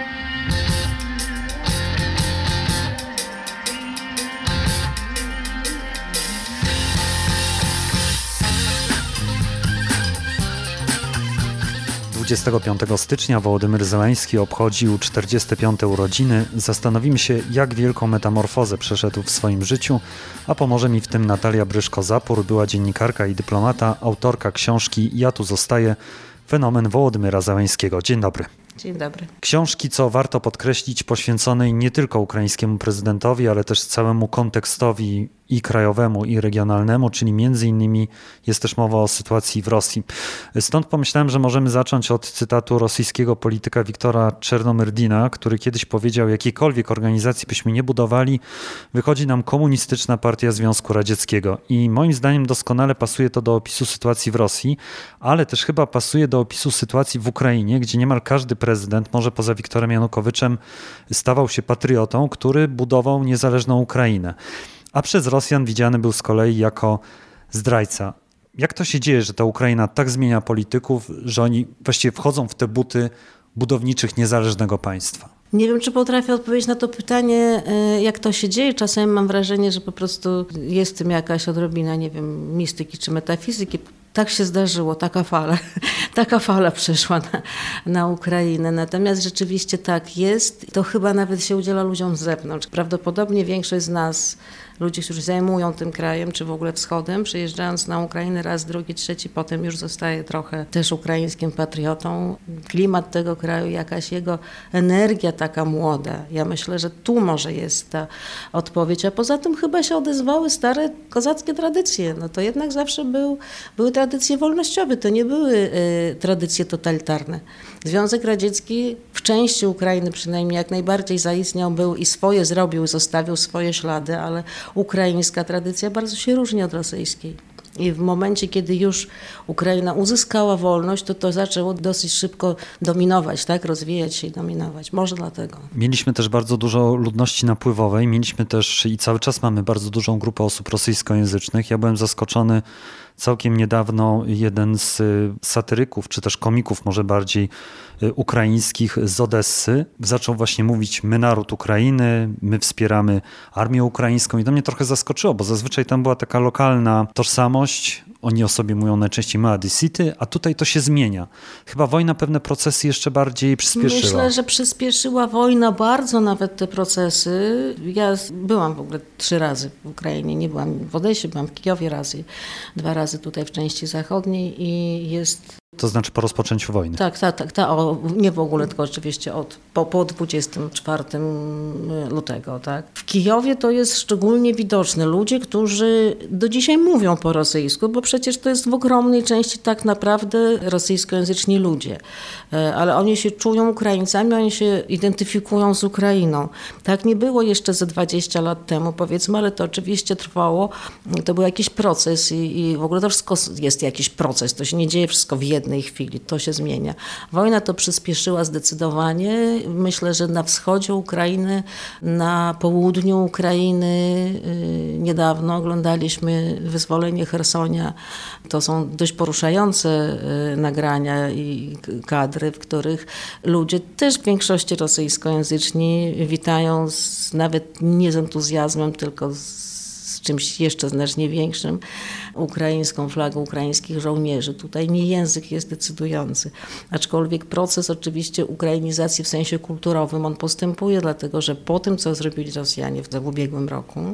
...25 stycznia Wołodymyr Zełański obchodził 45. urodziny. Zastanowimy się, jak wielką metamorfozę przeszedł w swoim życiu, a pomoże mi w tym Natalia Bryszko-Zapór, była dziennikarka i dyplomata, autorka książki Ja tu zostaję. Fenomen Wołodymyra Zełańskiego. Dzień dobry. Dzień dobry. Książki, co warto podkreślić, poświęconej nie tylko ukraińskiemu prezydentowi, ale też całemu kontekstowi i krajowemu, i regionalnemu, czyli między innymi jest też mowa o sytuacji w Rosji. Stąd pomyślałem, że możemy zacząć od cytatu rosyjskiego polityka Wiktora Czernomyrdina, który kiedyś powiedział: jakiejkolwiek organizacji byśmy nie budowali, wychodzi nam komunistyczna partia Związku Radzieckiego. I moim zdaniem doskonale pasuje to do opisu sytuacji w Rosji, ale też chyba pasuje do opisu sytuacji w Ukrainie, gdzie niemal każdy prezydent, może poza Wiktorem Janukowiczem, stawał się patriotą, który budował niezależną Ukrainę. A przez Rosjan widziany był z kolei jako zdrajca. Jak to się dzieje, że ta Ukraina tak zmienia polityków, że oni właściwie wchodzą w te buty budowniczych niezależnego państwa? Nie wiem, czy potrafię odpowiedzieć na to pytanie, jak to się dzieje. Czasem mam wrażenie, że po prostu jest w tym jakaś odrobina, nie wiem, mistyki czy metafizyki. Tak się zdarzyło, taka fala przyszła na Ukrainę. Natomiast rzeczywiście tak jest. To chyba nawet się udziela ludziom z zewnątrz. Prawdopodobnie większość z nas, ludzi, którzy zajmują tym krajem, czy w ogóle wschodem, przyjeżdżając na Ukrainę raz, drugi, trzeci, potem już zostaje trochę też ukraińskim patriotą. Klimat tego kraju, jakaś jego energia taka młoda. Ja myślę, że tu może jest ta odpowiedź. A poza tym chyba się odezwały stare kozackie tradycje. No to jednak zawsze były tradycje wolnościowe, to nie były tradycje totalitarne. Związek Radziecki w części Ukrainy przynajmniej jak najbardziej zaistniał, był i swoje zrobił, zostawił swoje ślady, ale ukraińska tradycja bardzo się różni od rosyjskiej. I w momencie, kiedy już Ukraina uzyskała wolność, to zaczęło dosyć szybko dominować, tak? Rozwijać się i dominować. Może dlatego. Mieliśmy też bardzo dużo ludności napływowej. Mieliśmy też i cały czas mamy bardzo dużą grupę osób rosyjskojęzycznych. Ja byłem zaskoczony całkiem niedawno. Jeden z satyryków, czy też komików może bardziej ukraińskich z Odessy zaczął właśnie mówić: my naród Ukrainy, my wspieramy armię ukraińską. I to mnie trochę zaskoczyło, bo zazwyczaj tam była taka lokalna tożsamość. Oni o sobie mówią najczęściej Młody City, a tutaj to się zmienia. Chyba wojna pewne procesy jeszcze bardziej przyspieszyła. Myślę, że przyspieszyła wojna bardzo nawet te procesy. Ja byłam w ogóle 3 razy w Ukrainie. Nie byłam w Odessie, byłam w Kijowie razy, 2 razy tutaj w części zachodniej i jest... To znaczy po rozpoczęciu wojny. Tak. Nie w ogóle, tylko oczywiście po 24 lutego. Tak. W Kijowie to jest szczególnie widoczne. Ludzie, którzy do dzisiaj mówią po rosyjsku, bo przecież to jest w ogromnej części tak naprawdę rosyjskojęzyczni ludzie. Ale oni się czują Ukraińcami, oni się identyfikują z Ukrainą. Tak nie było jeszcze ze 20 lat temu, powiedzmy, ale to oczywiście trwało. To był jakiś proces i w ogóle to wszystko jest jakiś proces. To się nie dzieje wszystko w jednej chwili, to się zmienia. Wojna to przyspieszyła zdecydowanie. Myślę, że na wschodzie Ukrainy, na południu Ukrainy niedawno oglądaliśmy wyzwolenie Chersonia. To są dość poruszające nagrania i kadry, w których ludzie też w większości rosyjskojęzyczni witają nawet nie z entuzjazmem, tylko z czymś jeszcze znacznie większym, ukraińską flagą ukraińskich żołnierzy. Tutaj nie język jest decydujący. Aczkolwiek proces oczywiście ukrainizacji w sensie kulturowym, on postępuje, dlatego że po tym, co zrobili Rosjanie w ubiegłym roku,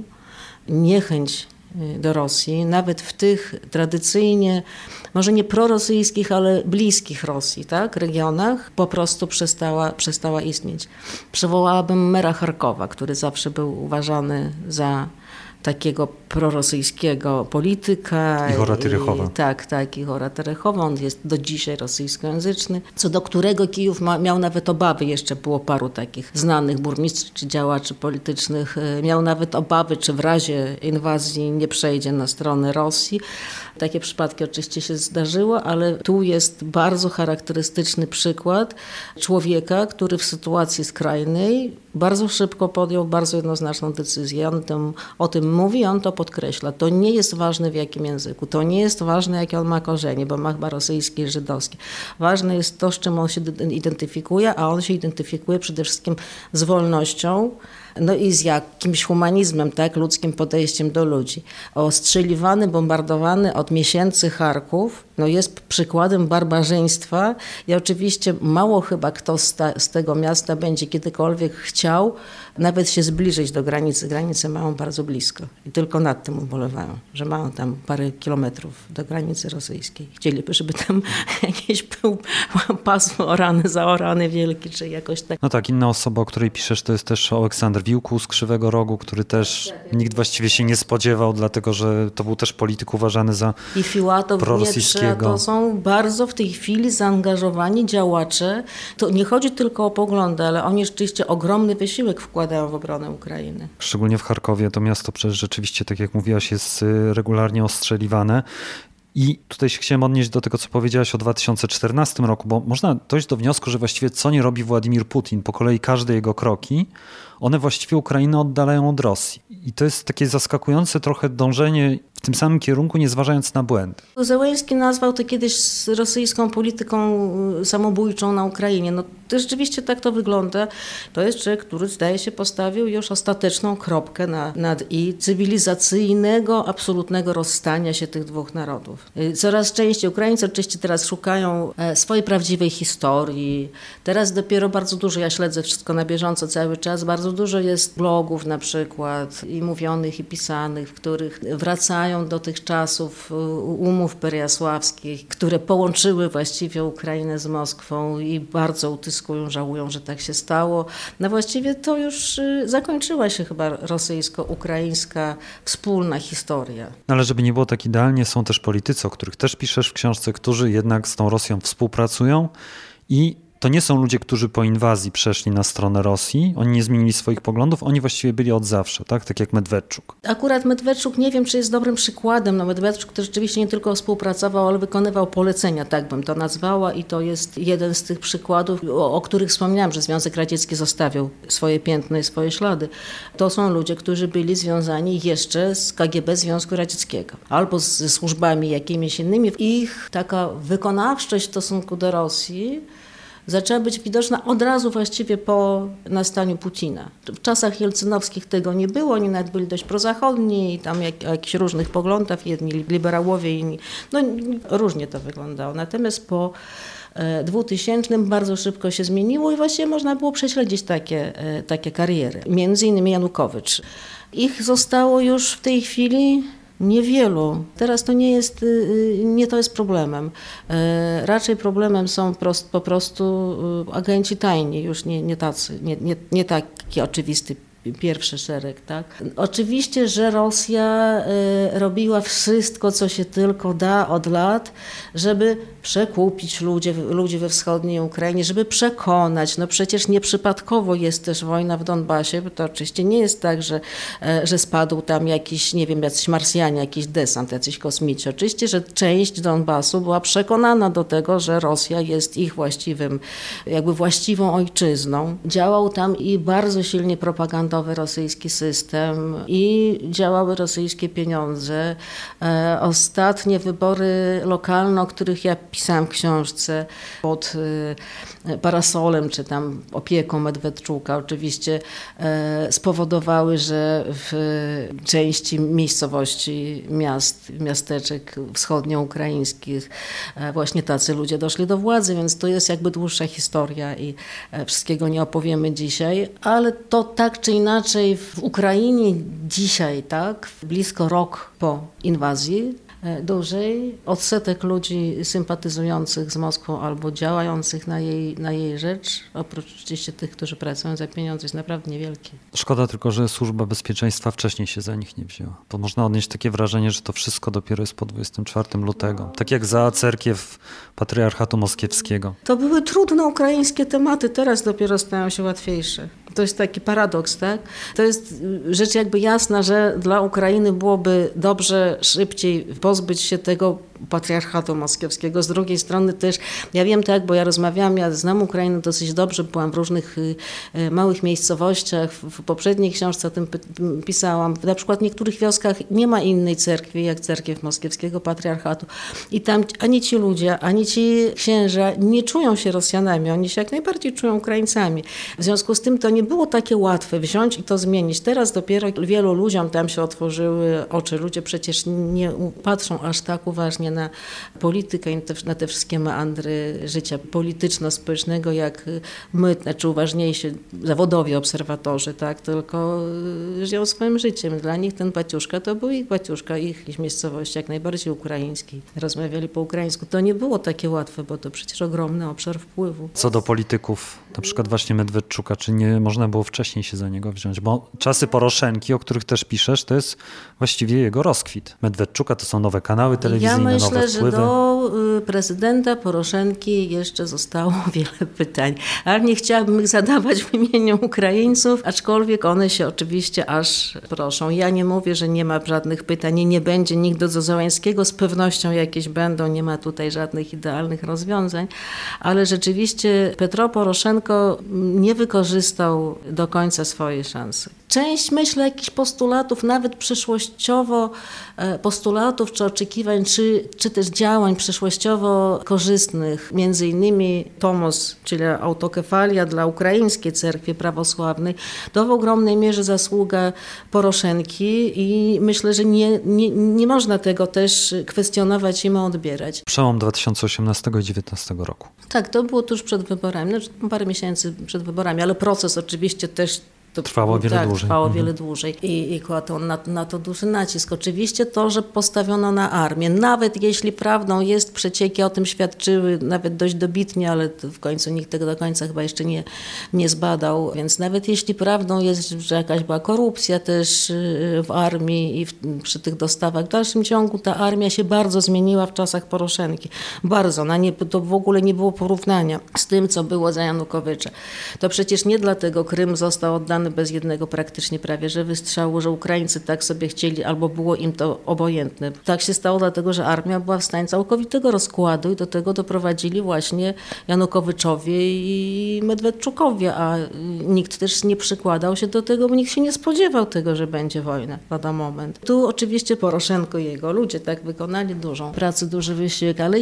niechęć do Rosji, nawet w tych tradycyjnie, może nie prorosyjskich, ale bliskich Rosji, tak, regionach, po prostu przestała istnieć. Przywołałabym mera Charkowa, który zawsze był uważany za takiego prorosyjskiego polityka. Ihora Terechowa. Tak, Ihora Terechowa. On jest do dzisiaj rosyjskojęzyczny, co do którego Kijów miał nawet obawy. Jeszcze było paru takich znanych burmistrzów czy działaczy politycznych. Miał nawet obawy, czy w razie inwazji nie przejdzie na stronę Rosji. Takie przypadki oczywiście się zdarzyło, ale tu jest bardzo charakterystyczny przykład człowieka, który w sytuacji skrajnej bardzo szybko podjął bardzo jednoznaczną decyzję. On o tym mówi, on to podkreśla. To nie jest ważne w jakim języku, to nie jest ważne jakie on ma korzenie, bo ma chyba rosyjskie i żydowskie. Ważne jest to, z czym on się identyfikuje, a on się identyfikuje przede wszystkim z wolnością, no i z jakimś humanizmem, tak, ludzkim podejściem do ludzi. Ostrzeliwany, bombardowany od miesięcy Charków, no jest przykładem barbarzyństwa i oczywiście mało chyba kto z tego miasta będzie kiedykolwiek chciał nawet się zbliżyć do granicy. Granicę mają bardzo blisko i tylko nad tym ubolewają, że mają tam parę kilometrów do granicy rosyjskiej. Chcieliby, żeby tam jakieś był pasmo orane, zaorane wielki, czy jakoś tak. No tak, inna osoba, o której piszesz, to jest też Aleksander Wiłku z Krzywego Rogu, który też nikt właściwie się nie spodziewał, dlatego że to był też polityk uważany za i Fiłatow, prorosyjskiego. To są bardzo w tej chwili zaangażowani działacze. To nie chodzi tylko o poglądy, ale oni rzeczywiście ogromny wysiłek wkładają w obronę Ukrainy. Szczególnie w Charkowie to miasto przecież rzeczywiście, tak jak mówiłaś, jest regularnie ostrzeliwane. I tutaj się chciałem odnieść do tego, co powiedziałaś o 2014 roku, bo można dojść do wniosku, że właściwie co nie robi Władimir Putin, po kolei każde jego kroki, one właściwie Ukrainę oddalają od Rosji. I to jest takie zaskakujące trochę dążenie w tym samym kierunku, nie zważając na błędy. Zełenski nazwał to kiedyś rosyjską polityką samobójczą na Ukrainie. No to rzeczywiście tak to wygląda. To jest człowiek, który zdaje się postawił już ostateczną kropkę nad i cywilizacyjnego, absolutnego rozstania się tych dwóch narodów. Coraz częściej Ukraińcy oczywiście teraz szukają swojej prawdziwej historii. Teraz dopiero bardzo dużo, ja śledzę wszystko na bieżąco cały czas, bardzo dużo jest blogów na przykład i mówionych i pisanych, w których wracają do tych czasów umów pereasławskich, które połączyły właściwie Ukrainę z Moskwą i bardzo utyskują, żałują, że tak się stało. No właściwie to już zakończyła się chyba rosyjsko-ukraińska wspólna historia. No ale żeby nie było tak idealnie, są też politycy, o których też piszesz w książce, którzy jednak z tą Rosją współpracują i to nie są ludzie, którzy po inwazji przeszli na stronę Rosji, oni nie zmienili swoich poglądów, oni właściwie byli od zawsze, tak jak Medwedczuk. Akurat Medwedczuk nie wiem, czy jest dobrym przykładem. No Medwedczuk to rzeczywiście nie tylko współpracował, ale wykonywał polecenia, tak bym to nazwała i to jest jeden z tych przykładów, o których wspomniałam, że Związek Radziecki zostawił swoje piętno i swoje ślady. To są ludzie, którzy byli związani jeszcze z KGB Związku Radzieckiego albo ze służbami jakimiś innymi. Ich taka wykonawczość w stosunku do Rosji zaczęła być widoczna od razu właściwie po nastaniu Putina. W czasach jelcynowskich tego nie było, oni nawet byli dość prozachodni i tam jakichś różnych poglądów, jedni liberałowie, inni, no różnie to wyglądało. Natomiast po 2000 bardzo szybko się zmieniło i właściwie można było prześledzić takie kariery. Między innymi Janukowycz. Ich zostało już w tej chwili niewielu. Teraz to nie to jest problemem. Raczej problemem są po prostu agenci tajni, już nie tacy, nie taki oczywisty pierwszy szereg, tak? Oczywiście, że Rosja robiła wszystko, co się tylko da od lat, żeby przekupić ludzi we wschodniej Ukrainie, żeby przekonać. No przecież nieprzypadkowo jest też wojna w Donbasie, bo to oczywiście nie jest tak, że spadł tam jakiś, nie wiem, jacyś Marsjanie, jakiś desant, jacyś kosmici. Oczywiście, że część Donbasu była przekonana do tego, że Rosja jest ich właściwą ojczyzną. Działał tam i bardzo silnie propagandowy rosyjski system i działały rosyjskie pieniądze. Ostatnie wybory lokalne, o których ja pisałam w książce pod parasolem czy tam opieką Medwedczuka oczywiście spowodowały, że w części miejscowości, miasteczek wschodnioukraińskich właśnie tacy ludzie doszli do władzy, więc to jest jakby dłuższa historia i wszystkiego nie opowiemy dzisiaj, ale to tak czy inaczej w Ukrainie dzisiaj, tak, blisko rok po inwazji, dłużej odsetek ludzi sympatyzujących z Moskwą albo działających na jej rzecz, oprócz oczywiście tych, którzy pracują za pieniądze, jest naprawdę niewielki. Szkoda tylko, że Służba Bezpieczeństwa wcześniej się za nich nie wzięła. Bo można odnieść takie wrażenie, że to wszystko dopiero jest po 24 lutego. Tak jak za cerkiew Patriarchatu Moskiewskiego. To były trudne ukraińskie tematy, teraz dopiero stają się łatwiejsze. To jest taki paradoks, tak? To jest rzecz jakby jasna, że dla Ukrainy byłoby dobrze szybciej pozbyć się tego patriarchatu moskiewskiego. Z drugiej strony też, ja wiem tak, bo ja znam Ukrainę dosyć dobrze, byłam w różnych małych miejscowościach, w poprzedniej książce o tym pisałam. Na przykład w niektórych wioskach nie ma innej cerkwi jak cerkiew moskiewskiego patriarchatu. I tam ani ci ludzie, ani ci księża nie czują się Rosjanami, oni się jak najbardziej czują Ukraińcami. W związku z tym to nie było takie łatwe wziąć i to zmienić. Teraz dopiero wielu ludziom tam się otworzyły oczy. Ludzie przecież nie patrzą aż tak uważnie na politykę i na te wszystkie meandry życia polityczno-społecznego, jak my, znaczy uważniejsi zawodowi obserwatorzy, tak, tylko żyją swoim życiem. Dla nich ten baciuszka to był ich baciuszka, ich miejscowości, jak najbardziej ukraińskiej. Rozmawiali po ukraińsku. To nie było takie łatwe, bo to przecież ogromny obszar wpływu. Co do polityków, na przykład właśnie Medwedczuka, czy nie można było wcześniej się za niego wziąć? Bo czasy Poroszenki, o których też piszesz, to jest właściwie jego rozkwit. Medwedczuka to są nowe kanały telewizyjne, nowe wpływy. Ja myślę, że do prezydenta Poroszenki jeszcze zostało wiele pytań, ale nie chciałabym ich zadawać w imieniu Ukraińców, aczkolwiek one się oczywiście aż proszą. Ja nie mówię, że nie ma żadnych pytań i nie będzie nigdy do Zełańskiego, z pewnością jakieś będą, nie ma tutaj żadnych idealnych rozwiązań, ale rzeczywiście Petro Poroszenko nie wykorzystał do końca swojej szansy. Część, myślę, jakichś postulatów, nawet przyszłościowo postulatów, czy oczekiwań, czy też działań przyszłościowo korzystnych, między innymi tomos, czyli autokefalia dla ukraińskiej cerkwi prawosławnej, to w ogromnej mierze zasługa Poroszenki i myślę, że nie można tego też kwestionować i mu odbierać. Przełom 2018 i 2019 roku. Tak, to było tuż przed wyborami, znaczy parę miesięcy przed wyborami, ale proces oczywiście też trwało wiele dłużej. Trwało wiele dłużej i kładł na to duży nacisk. Oczywiście to, że postawiono na armię, nawet jeśli prawdą jest, przecieki o tym świadczyły nawet dość dobitnie, ale w końcu nikt tego do końca chyba jeszcze nie zbadał, więc nawet jeśli prawdą jest, że jakaś była korupcja też w armii i przy tych dostawach, w dalszym ciągu ta armia się bardzo zmieniła w czasach Poroszenki. Bardzo. To w ogóle nie było porównania z tym, co było za Janukowycza. To przecież nie dlatego Krym został oddany bez jednego praktycznie prawie że wystrzału, że Ukraińcy tak sobie chcieli, albo było im to obojętne. Tak się stało dlatego, że armia była w stanie całkowitego rozkładu i do tego doprowadzili właśnie Janukowyczowie i Medwedczukowie, a nikt też nie przykładał się do tego, bo nikt się nie spodziewał tego, że będzie wojna lada moment. Tu oczywiście Poroszenko i jego ludzie tak wykonali dużą pracę, duży wysiłek, ale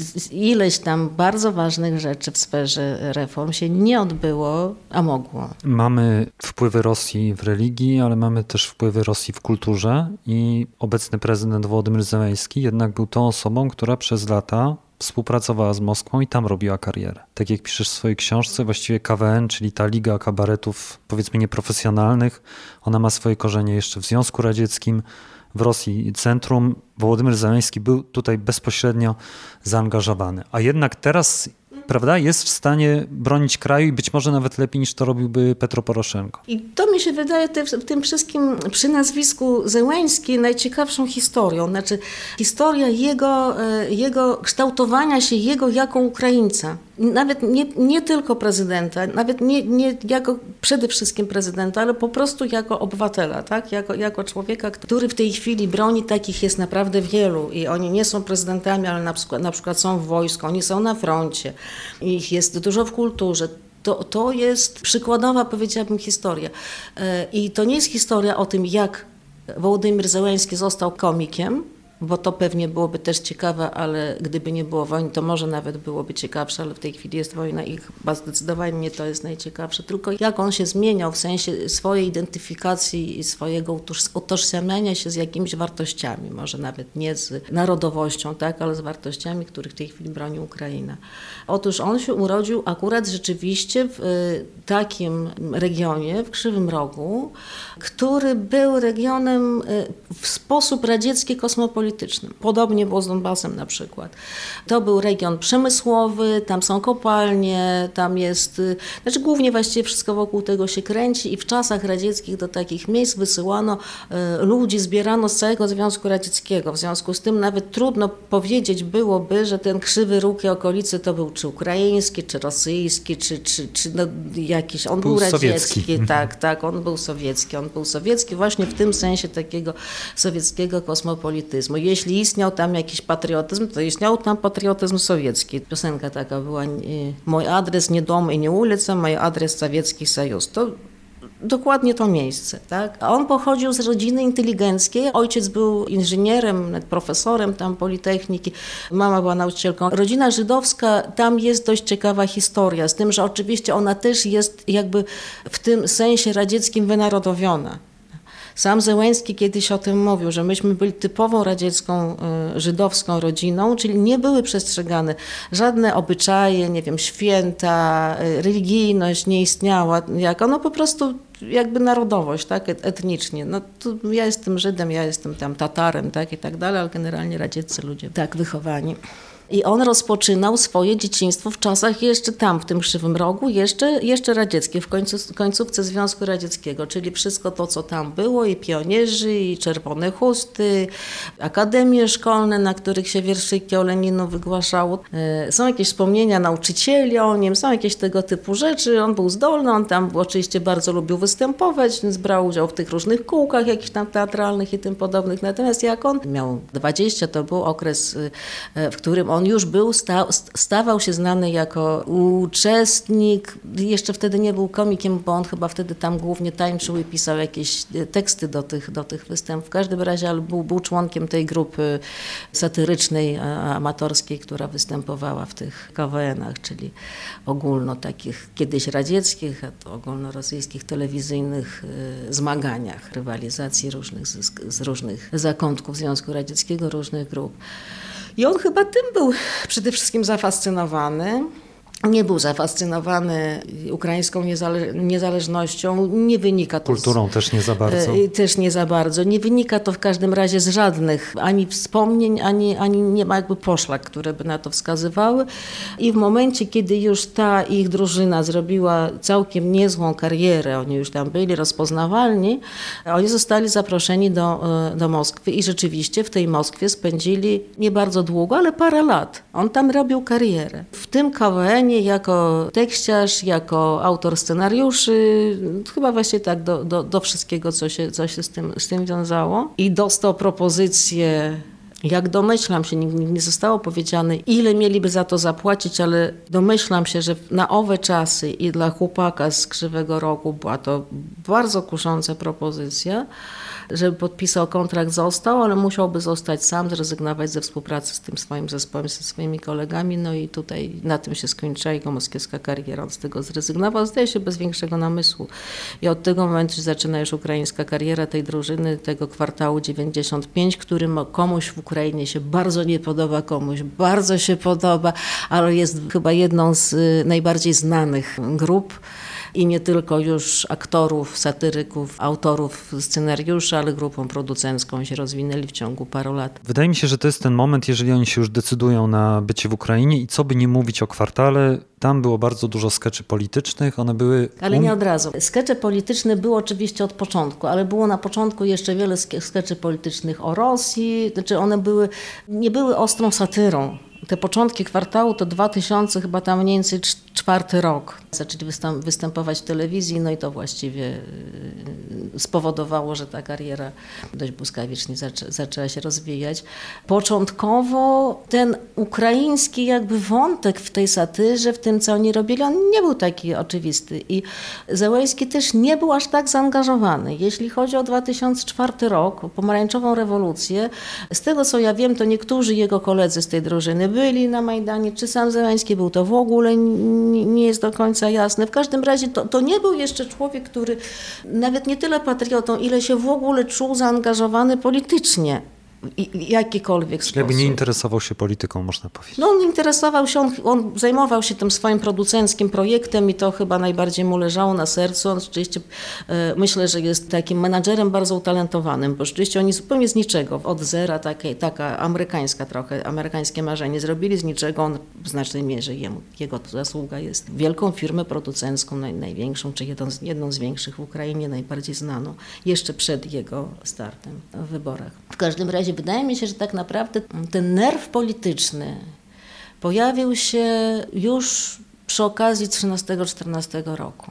ileś tam bardzo ważnych rzeczy w sferze reform się nie odbyło, a mogło. Mamy wpływy Rosji w religii, ale mamy też wpływy Rosji w kulturze i obecny prezydent Wołodymyr Zełański jednak był tą osobą, która przez lata współpracowała z Moskwą i tam robiła karierę. Tak jak piszesz w swojej książce, właściwie KWN, czyli ta liga kabaretów powiedzmy nieprofesjonalnych, ona ma swoje korzenie jeszcze w Związku Radzieckim, w Rosji centrum. Wołodymyr Zełański był tutaj bezpośrednio zaangażowany. A jednak teraz, prawda, jest w stanie bronić kraju i być może nawet lepiej niż to robiłby Petro Poroszenko. I to mi się wydaje w tym wszystkim przy nazwisku Zełański najciekawszą historią. Znaczy historia jego kształtowania się jako Ukraińca. Nawet nie tylko prezydenta, nawet nie jako przede wszystkim prezydenta, ale po prostu jako obywatela, tak? Jako człowieka, który w tej chwili broni, takich jest naprawdę wielu i oni nie są prezydentami, ale na przykład są w wojsku, oni są na froncie, ich jest dużo w kulturze. To jest przykładowa, powiedziałabym, historia. I to nie jest historia o tym, jak Wołodymyr Zełański został komikiem, bo to pewnie byłoby też ciekawe, ale gdyby nie było wojny, to może nawet byłoby ciekawsze, ale w tej chwili jest wojna i chyba zdecydowanie nie to jest najciekawsze, tylko jak on się zmieniał w sensie swojej identyfikacji i swojego utożsamiania się z jakimiś wartościami, może nawet nie z narodowością, tak, ale z wartościami, których w tej chwili broni Ukraina. Otóż on się urodził akurat rzeczywiście w takim regionie, w Krzywym Rogu, który był regionem w sposób radziecki kosmopolityczny. Podobnie było z Donbasem na przykład. To był region przemysłowy, tam są kopalnie, tam jest, znaczy głównie właściwie wszystko wokół tego się kręci i w czasach radzieckich do takich miejsc wysyłano ludzi, zbierano z całego Związku Radzieckiego. W związku z tym nawet trudno powiedzieć byłoby, że ten Krzywy Róg i okolice to był czy ukraiński, czy rosyjski, czy no jakiś, on był radziecki. Tak, on był sowiecki. On był sowiecki właśnie w tym sensie takiego sowieckiego kosmopolityzmu. patriotyzmu. Jeśli istniał tam jakiś patriotyzm, to istniał tam patriotyzm sowiecki. Piosenka taka była, mój adres nie dom i nie ulica, mój adres Sowiecki Sojus. To dokładnie to miejsce, tak? A on pochodził z rodziny inteligenckiej. Ojciec był inżynierem, profesorem tam Politechniki. Mama była nauczycielką. Rodzina żydowska, tam jest dość ciekawa historia, z tym, że oczywiście ona też jest jakby w tym sensie radzieckim wynarodowiona. Sam Zełenski kiedyś o tym mówił, że myśmy byli typową radziecką, żydowską rodziną, czyli nie były przestrzegane żadne obyczaje, nie wiem, święta, religijność nie istniała. No po prostu jakby narodowość, tak, etnicznie. No to ja jestem Żydem, ja jestem tam Tatarem, tak, i tak dalej, ale generalnie radzieccy ludzie tak wychowani. I on rozpoczynał swoje dzieciństwo w czasach jeszcze tam, w tym Krzywym Rogu, jeszcze radzieckie, w końcówce Związku Radzieckiego, czyli wszystko to, co tam było, i pionierzy, i czerwone chusty, akademie szkolne, na których się wierszyki o Leninu wygłaszało. Są jakieś wspomnienia nauczycieli o nim, są jakieś tego typu rzeczy. On był zdolny, on tam oczywiście bardzo lubił występować, więc brał udział w tych różnych kółkach jakichś tam teatralnych i tym podobnych. Natomiast jak on miał 20, to był okres, w którym on już stawał się znany jako uczestnik, jeszcze wtedy nie był komikiem, bo on chyba wtedy tam głównie tańczył i pisał jakieś teksty do tych występów. W każdym razie ale był członkiem tej grupy satyrycznej, amatorskiej, która występowała w tych KWN-ach, czyli ogólno takich kiedyś radzieckich, a to ogólnorosyjskich telewizyjnych zmaganiach, rywalizacji z różnych zakątków Związku Radzieckiego, różnych grup. I on chyba tym był przede wszystkim zafascynowany. Nie był zafascynowany ukraińską niezależnością, nie wynika to kulturą też nie za bardzo. Też nie za bardzo. Nie wynika to w każdym razie z żadnych ani wspomnień, ani nie ma jakby poszlak, które by na to wskazywały. I w momencie, kiedy już ta ich drużyna zrobiła całkiem niezłą karierę, oni już tam byli rozpoznawalni, oni zostali zaproszeni do Moskwy i rzeczywiście w tej Moskwie spędzili nie bardzo długo, ale parę lat. On tam robił karierę. W tym KWN jako tekściarz, jako autor scenariuszy, chyba właśnie tak do wszystkiego, co się z tym wiązało. I dostał propozycję, jak domyślam się, nigdy nie zostało powiedziane, ile mieliby za to zapłacić, ale domyślam się, że na owe czasy i dla chłopaka z Krzywego Rogu była to bardzo kusząca propozycja, żeby podpisał kontrakt, został, ale musiałby zostać sam, zrezygnować ze współpracy z tym swoim zespołem, ze swoimi kolegami, no i tutaj na tym się skończyła jego moskiewska kariera. On z tego zrezygnował, zdaje się, bez większego namysłu. I od tego momentu zaczyna już ukraińska kariera tej drużyny, tego kwartału 95, którym komuś w Ukrainie się bardzo nie podoba, komuś bardzo się podoba, ale jest chyba jedną z najbardziej znanych grup. I nie tylko już aktorów, satyryków, autorów scenariuszy, ale grupą producencką się rozwinęli w ciągu paru lat. Wydaje mi się, że to jest ten moment, jeżeli oni się już decydują na bycie w Ukrainie i co by nie mówić o kwartale, tam było bardzo dużo skeczy politycznych, one były... Ale nie od razu. Skecze polityczne były oczywiście od początku, ale było na początku jeszcze wiele skeczy politycznych o Rosji, znaczy one nie były ostrą satyrą. Te początki kwartału to 2000, chyba tam mniej więcej 4 rok. Zaczęli występować w telewizji, no i to właściwie spowodowało, że ta kariera dość błyskawicznie zaczęła się rozwijać. Początkowo ten ukraiński jakby wątek w tej satyrze, w tym co oni robili, on nie był taki oczywisty i Zełenski też nie był aż tak zaangażowany. Jeśli chodzi o 2004 rok, o pomarańczową rewolucję, z tego co ja wiem, to niektórzy jego koledzy z tej drużyny byli na Majdanie, czy sam Zełenski był, to w ogóle nie jest do końca jasne. W każdym razie to nie był jeszcze człowiek, który nawet nie tyle patriotą, ile się w ogóle czuł zaangażowany politycznie. W jakikolwiek sposób. Jakby nie interesował się polityką, można powiedzieć. No on interesował się, on zajmował się tym swoim producenckim projektem i to chyba najbardziej mu leżało na sercu. On rzeczywiście myślę, że jest takim menadżerem bardzo utalentowanym, bo rzeczywiście oni zupełnie z niczego, od zera, taka amerykańskie marzenie zrobili z niczego. On w znacznej mierze, jego zasługa jest wielką firmę producencką, największą, czy jedną z większych w Ukrainie, najbardziej znaną, jeszcze przed jego startem w wyborach. W każdym razie wydaje mi się, że tak naprawdę ten nerw polityczny pojawił się już przy okazji 13-14 roku.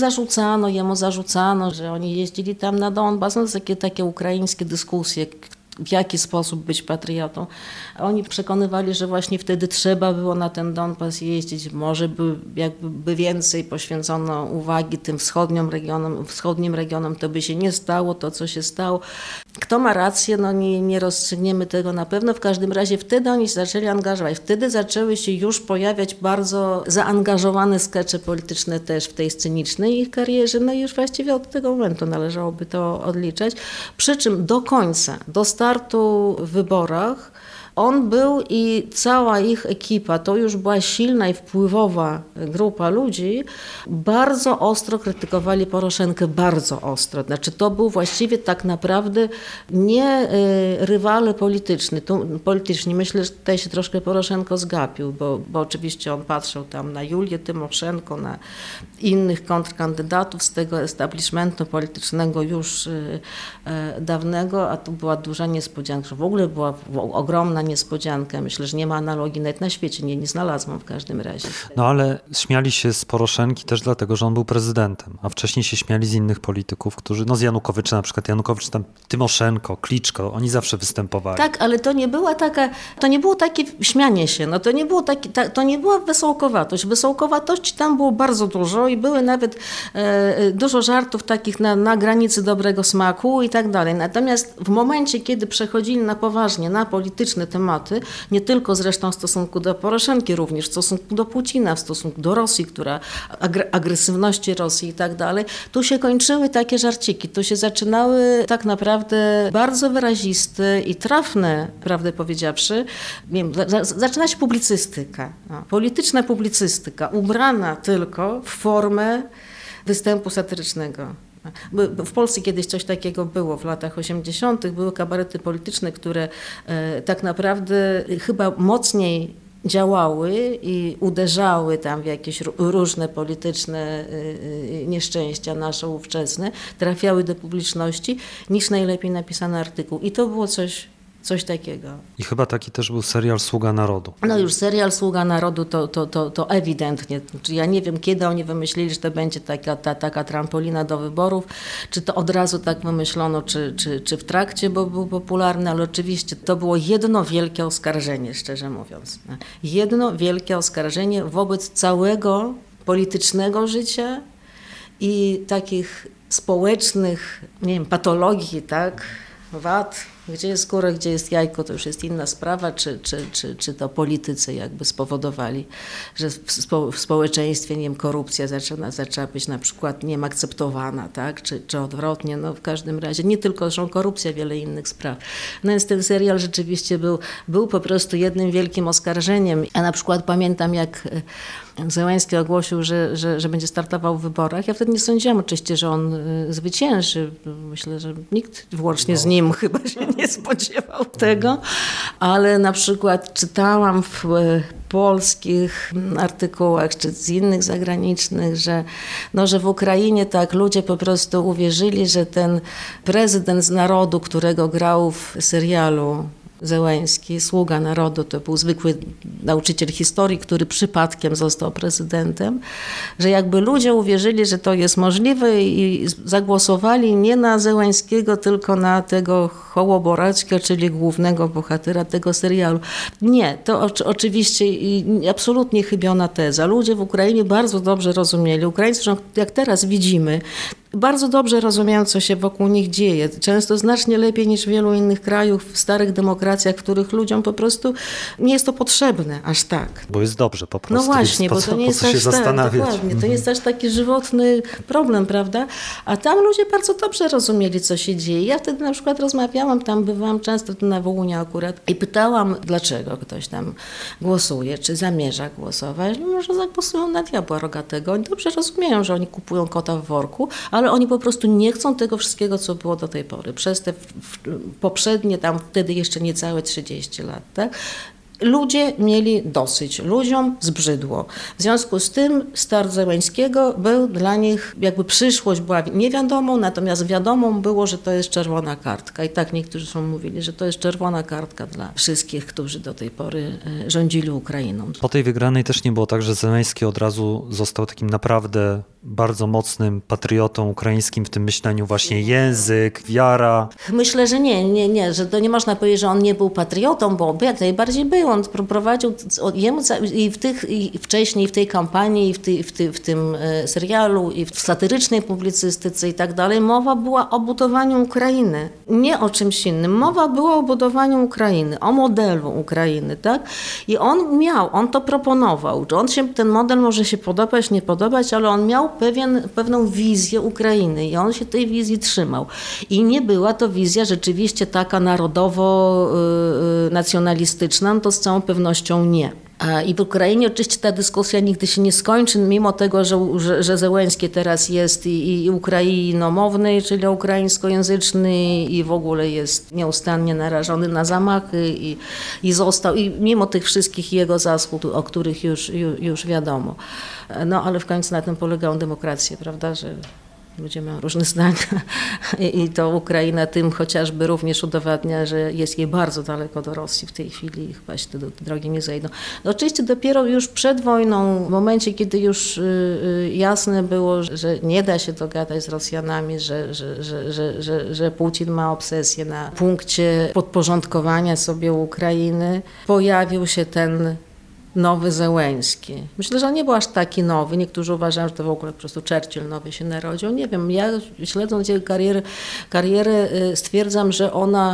Jemu zarzucano, że oni jeździli tam na Donbas, no takie ukraińskie dyskusje, w jaki sposób być patriotą. Oni przekonywali, że właśnie wtedy trzeba było na ten Donbas jeździć, może by więcej poświęcono uwagi tym wschodnim regionom, to by się nie stało to, co się stało. Kto ma rację, no nie rozstrzygniemy tego na pewno. W każdym razie wtedy oni się zaczęli angażować. Wtedy zaczęły się już pojawiać bardzo zaangażowane skecze polityczne też w tej scenicznej ich karierze. No i już właściwie od tego momentu należałoby to odliczać. Przy czym do końca, do startu w wyborach, on był i cała ich ekipa, to już była silna i wpływowa grupa ludzi, bardzo ostro krytykowali Poroszenkę, bardzo ostro. Znaczy to był właściwie tak naprawdę nie rywale polityczni. Myślę, że tutaj się troszkę Poroszenko zgapił, bo oczywiście on patrzył tam na Julię Tymoszenko, na innych kontrkandydatów z tego establishmentu politycznego już dawnego, a tu była duża niespodzianka, w ogóle była ogromna niespodzianka. Myślę, że nie ma analogii nawet na świecie, nie znalazłam w każdym razie. No ale śmiali się z Poroszenki też dlatego, że on był prezydentem, a wcześniej się śmiali z innych polityków, którzy, no z Janukowycza na przykład, tam Tymoszenko, Kliczko, oni zawsze występowali. Tak, ale to nie było takie śmianie się, no to nie była wesołkowatość. Wesołkowatości tam było bardzo dużo i były nawet dużo żartów takich na granicy dobrego smaku i tak dalej. Natomiast w momencie, kiedy przechodzili na poważnie, na polityczne tematy, nie tylko zresztą w stosunku do Poroszenki, również w stosunku do Putina, w stosunku do Rosji, agresywności Rosji i tak dalej, tu się kończyły takie żarciki, tu się zaczynały tak naprawdę bardzo wyraziste i trafne, prawdę powiedziawszy, zaczyna się publicystyka, polityczna publicystyka, ubrana tylko w formę występu satyrycznego. W Polsce kiedyś coś takiego było w latach 80. Były kabarety polityczne, które tak naprawdę chyba mocniej działały i uderzały tam w jakieś różne polityczne nieszczęścia nasze ówczesne, trafiały do publiczności niż najlepiej napisany artykuł. I to było coś takiego. I chyba taki też był serial Sługa Narodu. No już serial Sługa Narodu to ewidentnie. Ja nie wiem, kiedy oni wymyślili, że to będzie taka trampolina do wyborów, czy to od razu tak wymyślono, czy w trakcie, bo był popularny, ale oczywiście to było jedno wielkie oskarżenie, szczerze mówiąc. Jedno wielkie oskarżenie wobec całego politycznego życia i takich społecznych, nie wiem, patologii, tak, wad. Gdzie jest skóra, gdzie jest jajko, to już jest inna sprawa, czy to politycy jakby spowodowali, że w społeczeństwie, nie wiem, korupcja zaczęła być na przykład, nie wiem, akceptowana, tak, czy odwrotnie, no w każdym razie, nie tylko zresztą korupcja, wiele innych spraw. No więc ten serial rzeczywiście był po prostu jednym wielkim oskarżeniem. Ja na przykład pamiętam, jak Zełenski ogłosił, że będzie startował w wyborach. Ja wtedy nie sądziłam oczywiście, że on zwycięży. Myślę, że nikt włącznie z nim chyba się nie spodziewał tego, ale na przykład czytałam w polskich artykułach, czy z innych zagranicznych, że w Ukrainie tak ludzie po prostu uwierzyli, że ten prezydent z narodu, którego grał w serialu Zełenski, Sługa Narodu, to był zwykły nauczyciel historii, który przypadkiem został prezydentem, że jakby ludzie uwierzyli, że to jest możliwe i zagłosowali nie na Zełenskiego, tylko na tego Hołoboraczka, czyli głównego bohatera tego serialu. Nie, to oczywiście absolutnie chybiona teza. Ludzie w Ukrainie bardzo dobrze rozumieli. Ukraińcy, jak teraz widzimy, bardzo dobrze rozumieją, co się wokół nich dzieje. Często znacznie lepiej niż w wielu innych krajów, w starych demokracjach, w których ludziom po prostu nie jest to potrzebne aż tak. Bo jest dobrze po prostu. No właśnie, bo to nie jest aż tak, dokładnie. To nie jest aż taki żywotny problem, prawda? A tam ludzie bardzo dobrze rozumieli, co się dzieje. Ja wtedy na przykład rozmawiałam, tam bywałam często na Wołyniu akurat i pytałam, dlaczego ktoś tam głosuje, czy zamierza głosować. No może zagłosują na diabła rogatego. Oni dobrze rozumieją, że oni kupują kota w worku, ale oni po prostu nie chcą tego wszystkiego, co było do tej pory. Przez te poprzednie, tam wtedy jeszcze niecałe 30 lat, tak? Ludzie mieli dosyć, ludziom zbrzydło. W związku z tym start Zełenskiego był dla nich, jakby przyszłość była niewiadomą, natomiast wiadomą było, że to jest czerwona kartka. I tak niektórzy są mówili, że to jest czerwona kartka dla wszystkich, którzy do tej pory rządzili Ukrainą. Po tej wygranej też nie było tak, że Zełenski od razu został takim naprawdę bardzo mocnym patriotą ukraińskim w tym myśleniu właśnie język, wiara? Myślę, że nie, że to nie można powiedzieć, że on nie był patriotą, bo najbardziej był. On prowadził i wcześniej w tej kampanii, w tym serialu, i w satyrycznej publicystyce i tak dalej, mowa była o budowaniu Ukrainy. Nie o czymś innym. Mowa była o budowaniu Ukrainy, o modelu Ukrainy, tak? I on to proponował. Ten model może się podobać, nie podobać, ale on miał pewną wizję Ukrainy i on się tej wizji trzymał. I nie była to wizja rzeczywiście taka narodowo-nacjonalistyczna, no to z całą pewnością nie. I w Ukrainie oczywiście ta dyskusja nigdy się nie skończy, mimo tego, że Zełenski teraz jest i ukrainomowny, czyli ukraińskojęzyczny i w ogóle jest nieustannie narażony na zamachy i został, i mimo tych wszystkich jego zasług, o których już wiadomo. No ale w końcu na tym polegała demokracja, prawda, że ludzie mają różne zdania i to Ukraina tym chociażby również udowadnia, że jest jej bardzo daleko do Rosji w tej chwili i chyba się te drogi nie zejdą. No oczywiście dopiero już przed wojną, w momencie, kiedy już jasne było, że nie da się dogadać z Rosjanami, że Putin ma obsesję na punkcie podporządkowania sobie Ukrainy, pojawił się ten nowy Zełenski. Myślę, że on nie był aż taki nowy. Niektórzy uważają, że to w ogóle po prostu Churchill nowy się narodził. Nie wiem, ja śledząc jego karierę stwierdzam, że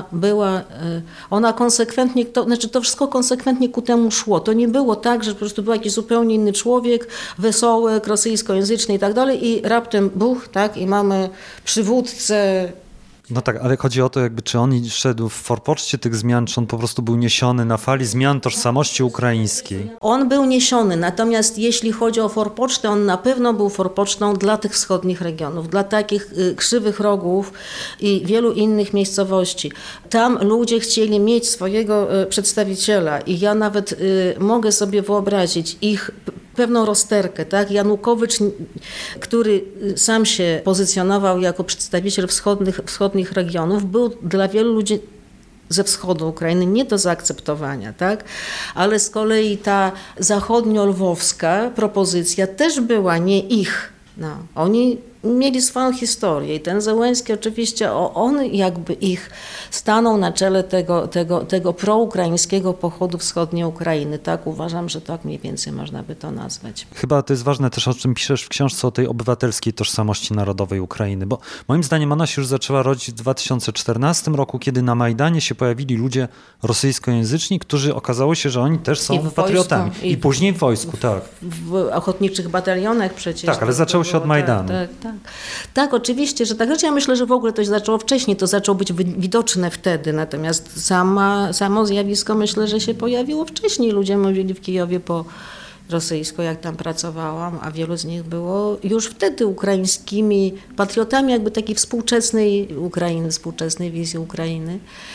ona konsekwentnie, to wszystko konsekwentnie ku temu szło. To nie było tak, że po prostu był jakiś zupełnie inny człowiek, wesoły, rosyjskojęzyczny i tak dalej i raptem buch, tak, i mamy przywódcę. No tak, ale chodzi o to, czy on szedł w forpoczcie tych zmian, czy on po prostu był niesiony na fali zmian tożsamości ukraińskiej? On był niesiony, natomiast jeśli chodzi o forpocztę, on na pewno był forpocztą dla tych wschodnich regionów, dla takich Krzywych Rogów i wielu innych miejscowości. Tam ludzie chcieli mieć swojego przedstawiciela i ja nawet mogę sobie wyobrazić ich pewną rozterkę, tak? Janukowycz, który sam się pozycjonował jako przedstawiciel wschodnich regionów, był dla wielu ludzi ze wschodu Ukrainy nie do zaakceptowania, tak? Ale z kolei ta zachodnio-lwowska propozycja też była nie ich. No, oni mieli swoją historię i ten Zełenski oczywiście, on jakby ich stanął na czele tego proukraińskiego pochodu wschodniej Ukrainy. Tak, uważam, że tak mniej więcej można by to nazwać. Chyba to jest ważne też, o czym piszesz w książce, o tej obywatelskiej tożsamości narodowej Ukrainy, bo moim zdaniem ona się już zaczęła rodzić w 2014 roku, kiedy na Majdanie się pojawili ludzie rosyjskojęzyczni, którzy okazało się, że oni też są patriotami. I później w wojsku, tak. W ochotniczych batalionach przecież. Tak, ale zaczęło się od Majdanu. Tak, oczywiście, że tak. Znaczy ja myślę, że w ogóle to się zaczęło wcześniej, to zaczęło być widoczne wtedy, natomiast samo zjawisko myślę, że się pojawiło wcześniej. Ludzie mówili w Kijowie po rosyjsku, jak tam pracowałam, a wielu z nich było już wtedy ukraińskimi patriotami jakby takiej współczesnej Ukrainy, współczesnej wizji Ukrainy.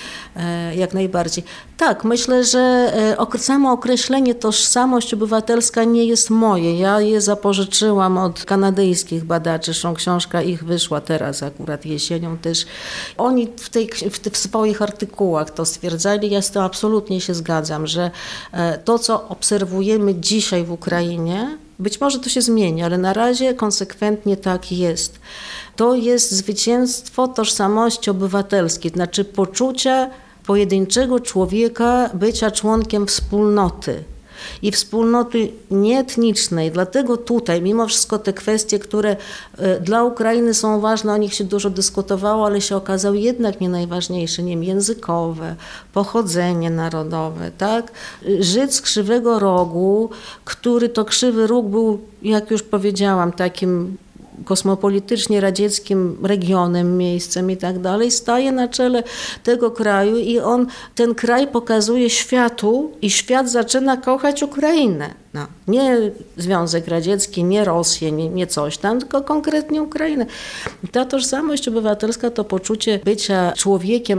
Jak najbardziej. Tak, myślę, że samo określenie tożsamość obywatelska nie jest moje. Ja je zapożyczyłam od kanadyjskich badaczy, zresztą książka ich wyszła teraz akurat jesienią też. Oni w swoich artykułach to stwierdzali, ja z tym absolutnie się zgadzam, że to, co obserwujemy dzisiaj w Ukrainie, być może to się zmieni, ale na razie konsekwentnie tak jest. To jest zwycięstwo tożsamości obywatelskiej, znaczy poczucia pojedynczego człowieka bycia członkiem wspólnoty i wspólnoty nieetnicznej. Dlatego tutaj mimo wszystko te kwestie, które dla Ukrainy są ważne, o nich się dużo dyskutowało, ale się okazały jednak nie najważniejsze, nie wiem, językowe, pochodzenie narodowe, tak? Żyd z Krzywego Rogu, który to Krzywy Róg był, jak już powiedziałam, takim kosmopolitycznie radzieckim regionem, miejscem i tak dalej, staje na czele tego kraju i ten kraj pokazuje światu i świat zaczyna kochać Ukrainę. No, nie Związek Radziecki, nie Rosję, nie coś tam, tylko konkretnie Ukrainę. Ta tożsamość obywatelska, to poczucie bycia człowiekiem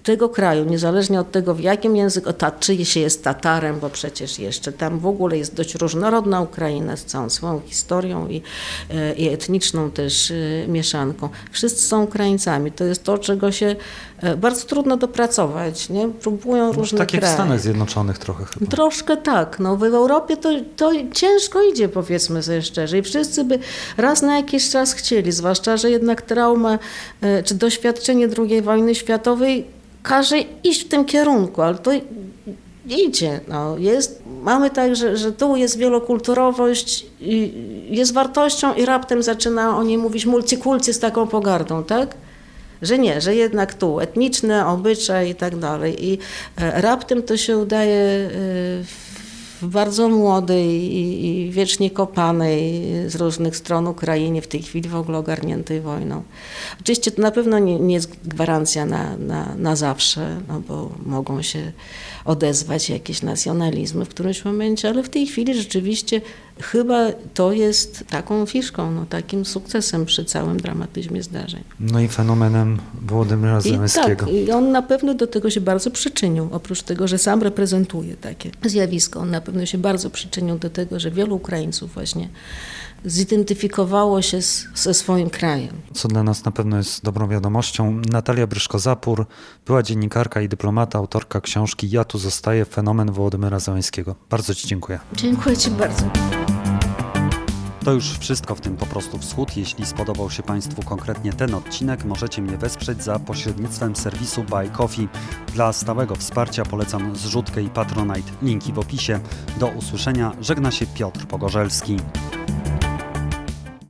każdego kraju, niezależnie od tego, w jakim języku, czy się jest Tatarem, bo przecież jeszcze tam w ogóle jest dość różnorodna Ukraina z całą swoją historią i etniczną też mieszanką. Wszyscy są Ukraińcami. To jest to, czego się bardzo trudno dopracować. Nie? Próbują różne tak jak kraje. w Stanach Zjednoczonych trochę chyba. Troszkę tak. No, w Europie to ciężko idzie, powiedzmy sobie szczerze. I wszyscy by raz na jakiś czas chcieli, zwłaszcza, że jednak trauma czy doświadczenie II wojny światowej każe iść w tym kierunku, ale to idzie. No, mamy tak, że tu jest wielokulturowość, jest wartością i raptem zaczyna o niej mówić multikulti z taką pogardą, tak? Że nie, że jednak tu etniczne, obyczaj i tak dalej. I raptem to się udaje w bardzo młodej i wiecznie kopanej z różnych stron Ukrainie, w tej chwili w ogóle ogarniętej wojną. Oczywiście to na pewno nie jest gwarancja na zawsze, no bo mogą się odezwać jakieś nacjonalizmy w którymś momencie, ale w tej chwili rzeczywiście chyba to jest taką fiszką, no, takim sukcesem przy całym dramatyzmie zdarzeń. No i fenomenem Wołodymyra Zełenskiego. Tak, i on na pewno do tego się bardzo przyczynił, oprócz tego, że sam reprezentuje takie zjawisko. On na pewno się bardzo przyczynił do tego, że wielu Ukraińców właśnie zidentyfikowało się ze swoim krajem. Co dla nas na pewno jest dobrą wiadomością. Natalia Bryszko-Zapór była dziennikarka i dyplomata, autorka książki Ja tu zostaję, fenomen Wołodymyra Zełenskiego. Bardzo Ci dziękuję. Dziękuję Ci bardzo. To już wszystko w tym Po prostu Wschód. Jeśli spodobał się Państwu konkretnie ten odcinek, możecie mnie wesprzeć za pośrednictwem serwisu Buy Coffee. Dla stałego wsparcia polecam zrzutkę i Patronite. Linki w opisie. Do usłyszenia. Żegna się Piotr Pogorzelski.